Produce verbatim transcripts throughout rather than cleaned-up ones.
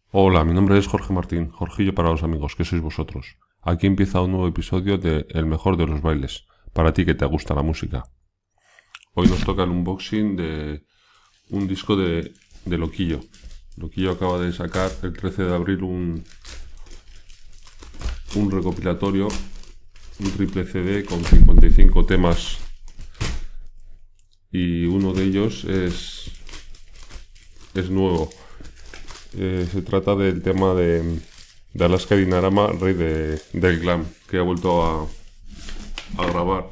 Hola, mi nombre es Jorge Martín, Jorgillo para los amigos, que sois vosotros. Aquí empieza un nuevo episodio de El mejor de los bailes, para ti que te gusta la música. Hoy nos toca el unboxing de un disco de, de Loquillo. Loquillo acaba de sacar el trece de abril un, un recopilatorio, un triple C D con cincuenta y cinco temas, y uno de ellos es, es nuevo. Eh, se trata del tema de, de Alaska Dinarama, rey de, del glam, que ha vuelto a, a grabar.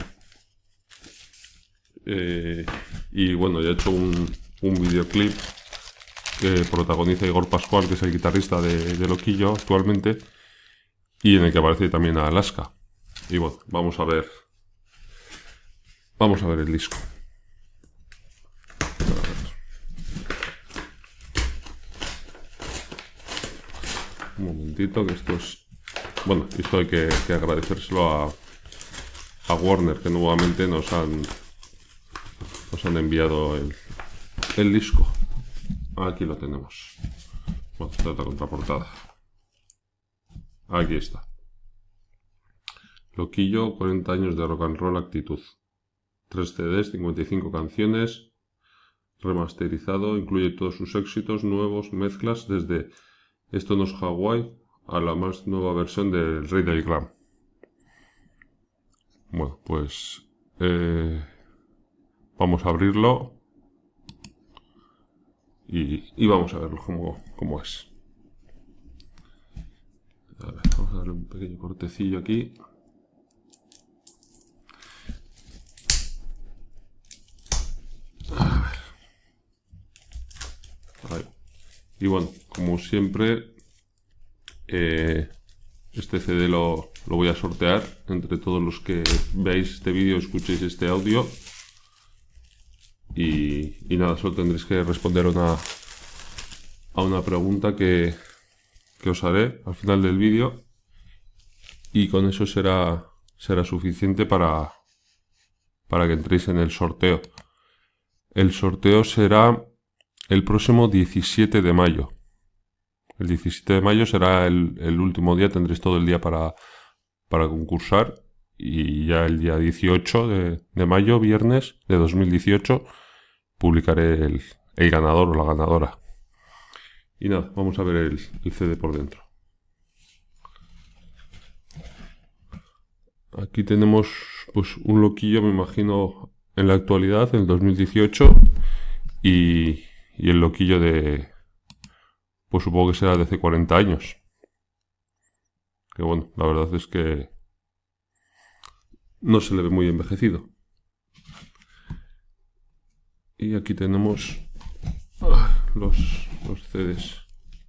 Eh, y bueno, ya he hecho un, un videoclip que protagoniza Igor Pascual, que es el guitarrista de, de Loquillo actualmente, y en el que aparece también a Alaska. Y bueno, vamos a ver, vamos a ver el disco. Un momentito, que esto es... Bueno, esto hay que, que agradecérselo a, a Warner, que nuevamente nos han, nos han enviado el, el disco. Aquí lo tenemos. Bueno, esta es la contraportada. Aquí está. Loquillo, cuarenta años de rock and roll actitud. tres C Ds, cincuenta y cinco canciones. Remasterizado, incluye todos sus éxitos, nuevos, mezclas, desde Esto no es Hawái a la más nueva versión del Rey del Glam. Bueno, pues eh, vamos a abrirlo y, y vamos a verlo cómo, cómo es. A ver, vamos a darle un pequeño cortecillo aquí. A ver. Ahí. Y bueno, como siempre, eh, este C D lo, lo voy a sortear entre todos los que veáis este vídeo o escuchéis este audio. Y, y nada, solo tendréis que responder a una, a una pregunta que, que os haré al final del vídeo. Y con eso será, será suficiente para, para que entréis en el sorteo. El sorteo será el próximo diecisiete de mayo. El diecisiete de mayo será el, el último día, tendréis todo el día para, para concursar. Y ya el día dieciocho de, de mayo, viernes de dos mil dieciocho, publicaré el, el ganador o la ganadora. Y nada, vamos a ver el, el C D por dentro. Aquí tenemos pues un Loquillo, me imagino, en la actualidad, en el dos mil dieciocho, y, y el Loquillo de, pues supongo que será de hace cuarenta años. Que bueno, la verdad es que no se le ve muy envejecido. Y aquí tenemos ah, los, los C Ds.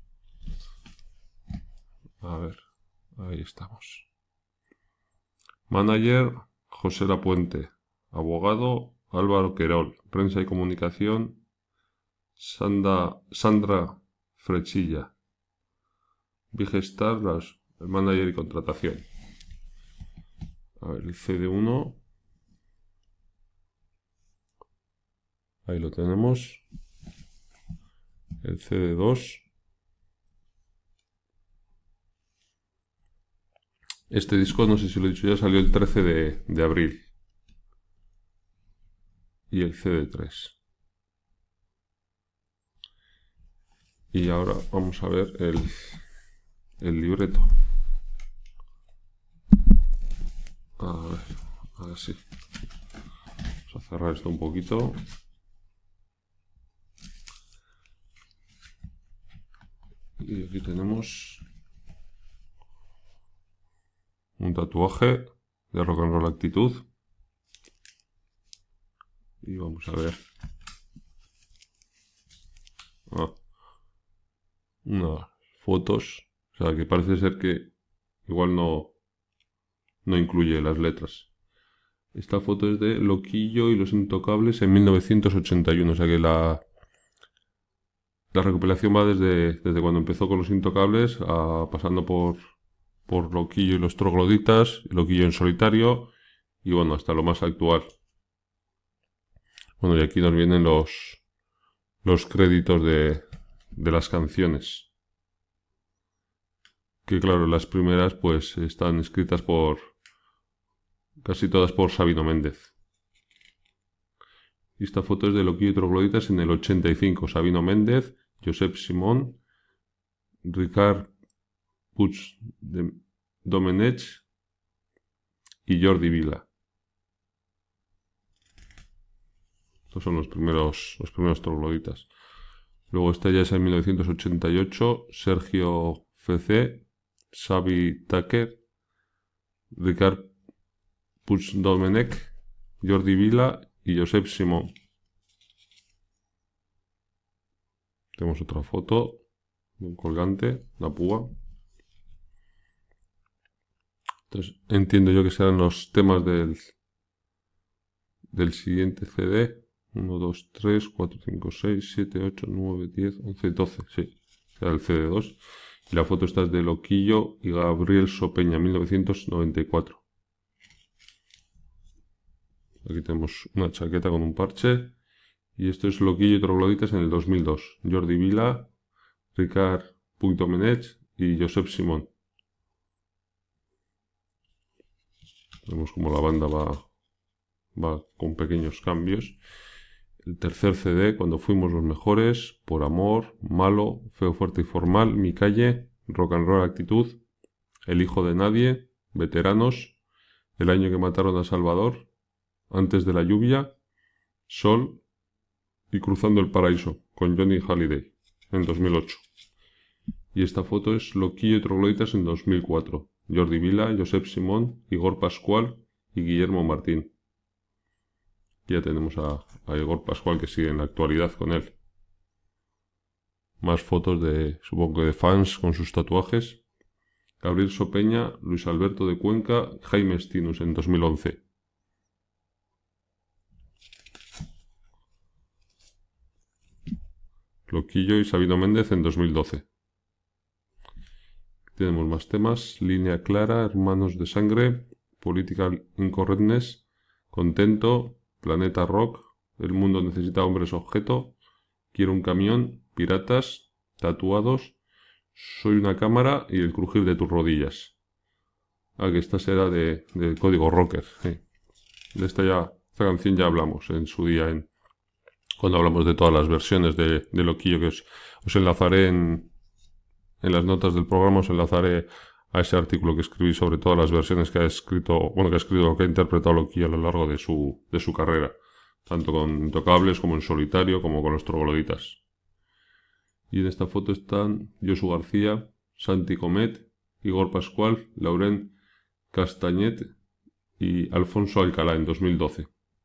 A ver, ahí estamos. Manager, José Lapuente. Abogado, Álvaro Querol. Prensa y comunicación, Sandra, Sandra Frechilla. Bigestar, el manager y contratación. A ver, el C D uno. Ahí lo tenemos. El C D dos. Este disco, no sé si lo he dicho ya, salió el trece de, de abril. Y el C D tres. Y ahora vamos a ver el, el libreto. A ver, ahora sí. Vamos a cerrar esto un poquito. Y aquí tenemos un tatuaje de Rock and Roll Actitud. Y vamos a ver ah, unas fotos. O sea, que parece ser que igual no, no incluye las letras. Esta foto es de Loquillo y los Intocables en mil novecientos ochenta y uno. O sea que la, la recopilación va desde, desde cuando empezó con los Intocables, a, pasando por, por Loquillo y los Trogloditas, Loquillo en solitario, y bueno, hasta lo más actual. Bueno, y aquí nos vienen los, los créditos de, de las canciones. que claro, las primeras pues están escritas por casi todas por Sabino Méndez. Y esta foto es de Loquillo y Trogloditas en el ochenta y cinco. Sabino Méndez, Josep Simón, Ricard Puig de Domenech y Jordi Vila. Estos son los primeros, los primeros trogloditas. Luego esta ya es en mil novecientos ochenta y ocho. Sergio F C, Xavi Tucker, Ricard Puig Domenech, Jordi Vila y Josep Simón. Tenemos otra foto de un colgante, la púa. Entonces entiendo yo que serán los temas del, del siguiente C D. uno, dos, tres, cuatro, cinco, seis, siete, ocho, nueve, diez, once, doce. Sí, será el C D dos. Y la foto esta es de Loquillo y Gabriel Sopeña, mil novecientos noventa y cuatro. Aquí tenemos una chaqueta con un parche. Y esto es Loquillo y Trogloditas en el dos mil dos. Jordi Vila, Ricard Puig Domenech y Josep Simón. Vemos como la banda va, va con pequeños cambios. El tercer C D, Cuando fuimos los mejores, Por amor, Malo, Feo, fuerte y formal, Mi calle, Rock and roll actitud, El hijo de nadie, Veteranos, El año que mataron a Salvador, Antes de la lluvia, Sol y Cruzando el paraíso, con Johnny Hallyday, en dos mil ocho. Y esta foto es Loquillo y Trogloditas en dos mil cuatro. Jordi Vila, Josep Simón, Igor Pascual y Guillermo Martín. Ya tenemos a, a Igor Pascual que sigue en la actualidad con él. Más fotos de, supongo que de fans con sus tatuajes. Gabriel Sopeña, Luis Alberto de Cuenca, Jaime Stinus en dos mil once. Loquillo y Sabino Méndez en dos mil doce. Tenemos más temas. Línea clara, Hermanos de sangre, Political Incorrectness, Contento, Planeta Rock, El mundo necesita hombres objeto, Quiero un camión, Piratas, Tatuados, Soy una cámara y El crujir de tus rodillas. Ah, que esta será de, de Código Rocker. Sí. De esta ya, esta canción ya hablamos en su día, en, cuando hablamos de todas las versiones de, de Loquillo, que os, os enlazaré en, en las notas del programa, os enlazaré a ese artículo que escribí sobre todas las versiones que ha escrito, bueno, que ha escrito, que ha interpretado Loquillo a lo largo de su, de su carrera, tanto con Intocables como en solitario, como con los Trogloditas. Y en esta foto están Josu García, Santi Comet, Igor Pascual, Laurent Castañet y Alfonso Alcalá en dos mil doce.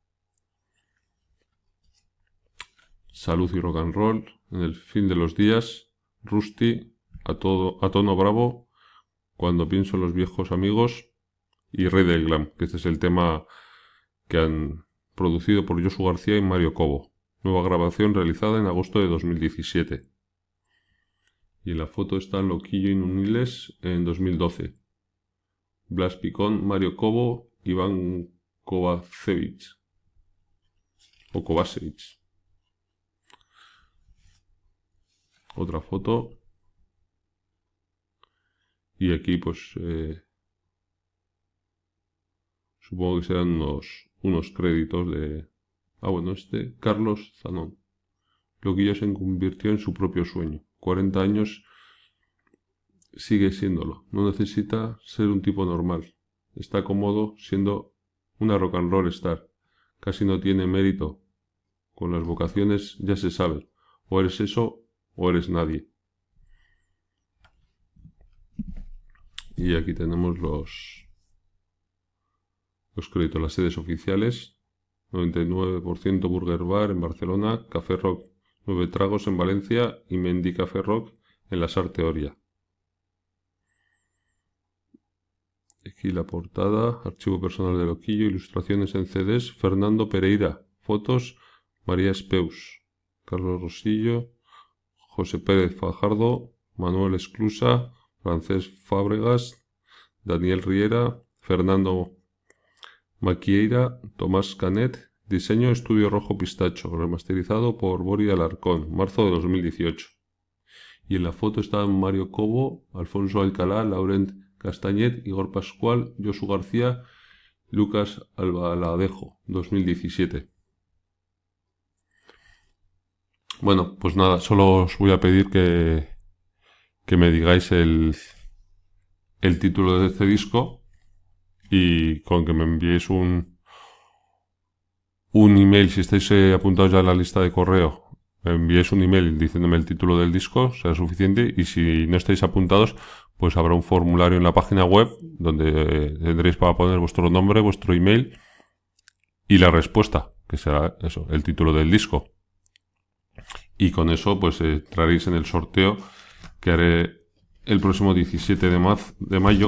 Salud y rock and roll, En el fin de los días, Rusty, a, todo, a tono bravo, Cuando pienso en los viejos amigos y Rey del Glam, que este es el tema que han producido por Josu García y Mario Cobo. Nueva grabación realizada en agosto de dos mil diecisiete. Y en la foto están Loquillo y Nuniles en dos mil doce. Blas Picón, Mario Cobo, Iván Kovacevic o Kovacevic. Otra foto. Y aquí pues eh, supongo que serán unos, unos créditos de... Ah, bueno, este, Carlos Zanón. Loquillo se convirtió en su propio sueño. cuarenta años, sigue siéndolo. No necesita ser un tipo normal. Está cómodo siendo una rock and roll star. Casi no tiene mérito. Con las vocaciones ya se sabe. O eres eso o eres nadie. Y aquí tenemos los, los créditos, las sedes oficiales. noventa y nueve por ciento Burger Bar en Barcelona, Café Rock nueve Tragos en Valencia y Mendy Café Rock en la Sar Teoria. Aquí la portada, archivo personal de Loquillo, ilustraciones en C Ds, Fernando Pereira, fotos, María Espeus, Carlos Rosillo, José Pérez Fajardo, Manuel Esclusa, Francés Fábregas, Daniel Riera, Fernando Maquieira, Tomás Canet, diseño Estudio Rojo Pistacho, remasterizado por Bori Alarcón, marzo de dos mil dieciocho. y en la foto estaban Mario Cobo, Alfonso Alcalá, Laurent Castañet, Igor Pascual, Josu García, Lucas Albaladejo, dos mil diecisiete. Bueno, pues nada, solo os voy a pedir que, que me digáis el, el título de este disco y con que me enviéis un, un email, si estáis eh, apuntados ya en la lista de correo, me enviéis un email diciéndome el título del disco, será suficiente, y si no estáis apuntados, pues habrá un formulario en la página web donde eh, tendréis para poner vuestro nombre, vuestro email y la respuesta, que será eso, el título del disco. Y con eso pues eh, entraréis en el sorteo que haré el próximo diecisiete de, maz, de mayo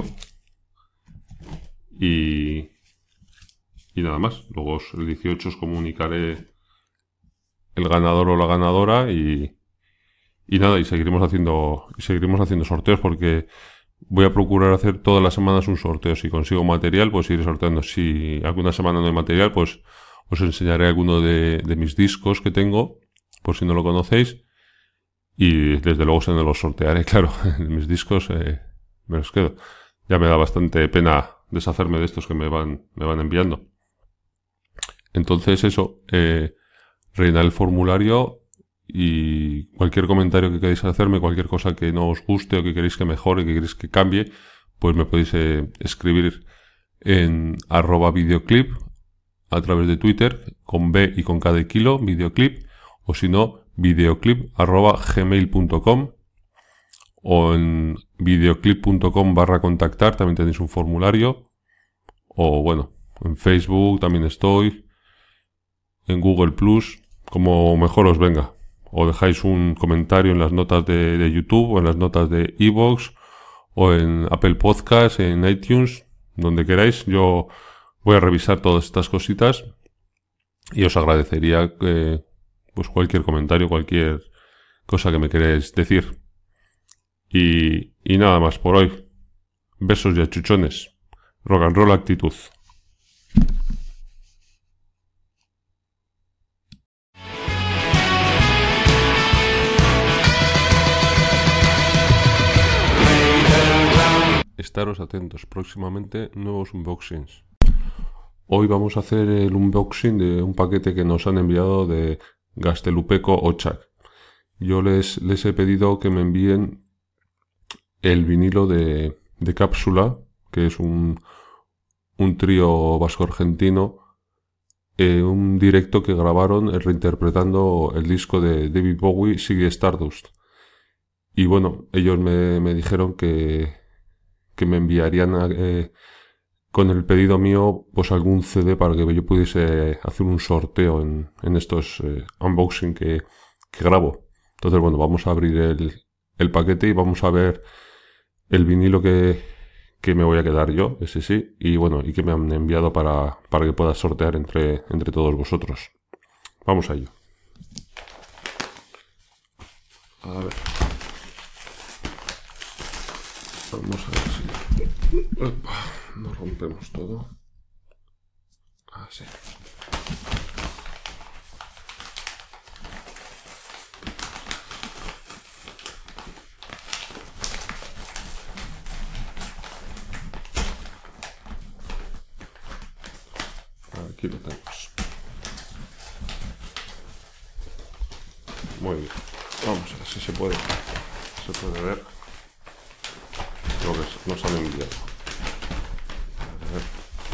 y, y nada más. Luego os, el dieciocho os comunicaré el ganador o la ganadora y, y nada, y seguiremos haciendo y seguiremos haciendo sorteos porque voy a procurar hacer todas las semanas un sorteo. Si consigo material, pues iré sorteando. Si alguna semana no hay material, pues os enseñaré alguno de, de mis discos que tengo, por si no lo conocéis. Y desde luego se me los sortearé, claro. Mis discos eh, me los quedo. Ya me da bastante pena deshacerme de estos que me van, me van enviando. Entonces eso, eh, rellenar el formulario y cualquier comentario que queráis hacerme, cualquier cosa que no os guste o que queréis que mejore, que queréis que cambie, pues me podéis eh, escribir en arroba videoclip a través de Twitter, con B y con K de kilo, videoclip, o si no, videoclip arroba gmail punto com, o en videoclip punto com barra contactar, también tenéis un formulario, o bueno, en Facebook también estoy, en Google Plus, como mejor os venga. O dejáis un comentario en las notas de, de YouTube, o en las notas de iVoox, o en Apple Podcast, en iTunes, donde queráis. Yo voy a revisar todas estas cositas y os agradecería que, pues cualquier comentario, cualquier cosa que me queréis decir. Y, y nada más por hoy. Besos y achuchones. Rock and roll actitud. Estaros atentos, próximamente nuevos unboxings. Hoy vamos a hacer el unboxing de un paquete que nos han enviado de Gaztelupeco Otxak. Yo les, les he pedido que me envíen el vinilo de, de Cápsula, que es un, un trío vasco-argentino, eh, un directo que grabaron eh, reinterpretando el disco de David Bowie, Ziggy Stardust. Y bueno, ellos me, me dijeron que, que me enviarían a, eh, con el pedido mío pues algún C D para que yo pudiese hacer un sorteo en, en estos eh, unboxing que, que grabo. Entonces bueno, vamos a abrir el, el paquete y vamos a ver el vinilo que, que me voy a quedar yo, ese sí, y bueno, y que me han enviado para, para que pueda sortear entre, entre todos vosotros. Vamos a ello. A ver. Vamos a ver si... Opa, no rompemos todo. Así. Aquí lo tenemos. Muy bien. Vamos a ver si se puede, se puede ver lo que nos han enviado. A ver.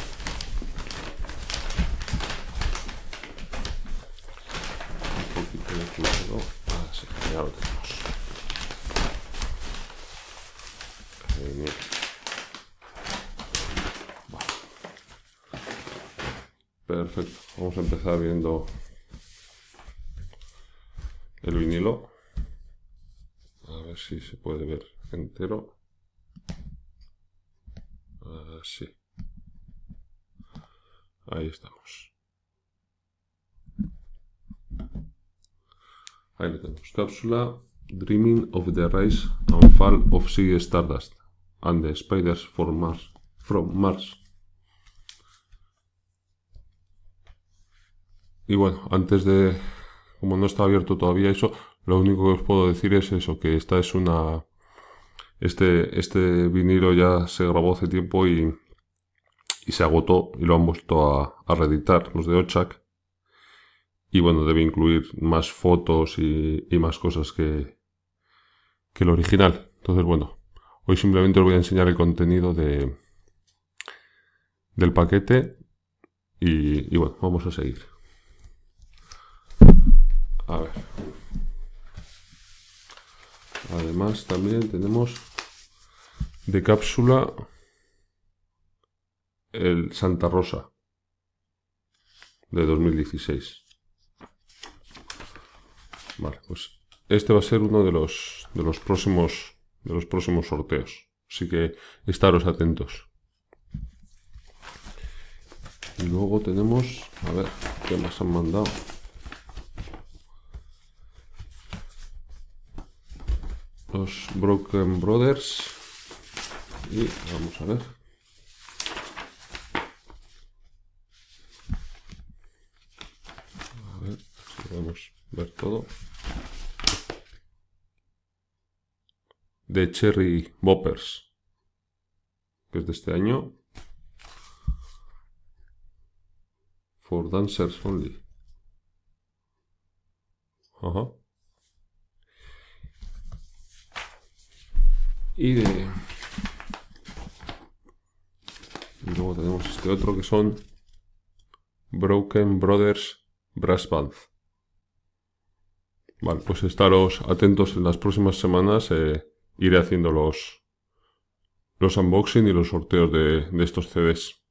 Un poquito de cuidado. Así, ya lo tenemos. Genial. Vale. Perfecto. Vamos a empezar viendo el vinilo. A ver si se puede ver entero. Así. Ahí estamos. Ahí lo tenemos. Cápsula, Dreaming of the Rise and Fall of Ziggy Stardust and the Spiders from Mars. From Mars. Y bueno, antes de... Como no está abierto todavía eso, Lo único que os puedo decir es eso, que esta es una... Este, este vinilo ya se grabó hace tiempo y, y se agotó y lo han vuelto a, a reeditar los de Ochak. Y bueno, debe incluir más fotos y, y más cosas que, que el original. Entonces, bueno, hoy simplemente os voy a enseñar el contenido de, del paquete y, y bueno, vamos a seguir. A ver. Además también tenemos de cápsula el Santa Rosa de dos mil dieciséis. Vale, pues este va a ser uno de los de los próximos de los próximos sorteos, así que estaros atentos. Y luego tenemos, a ver, ¿qué más han mandado? Los Broken Brothers. Y vamos a ver. A ver si podemos ver todo. De Cherry Boppers, que es de este año. For Dancers Only. Ajá. Y de... Y luego tenemos este otro que son Broken Brothers Brass Band. Vale, pues estaros atentos en las próximas semanas. Eh, iré haciendo los, los unboxing y los sorteos de, de estos C Ds.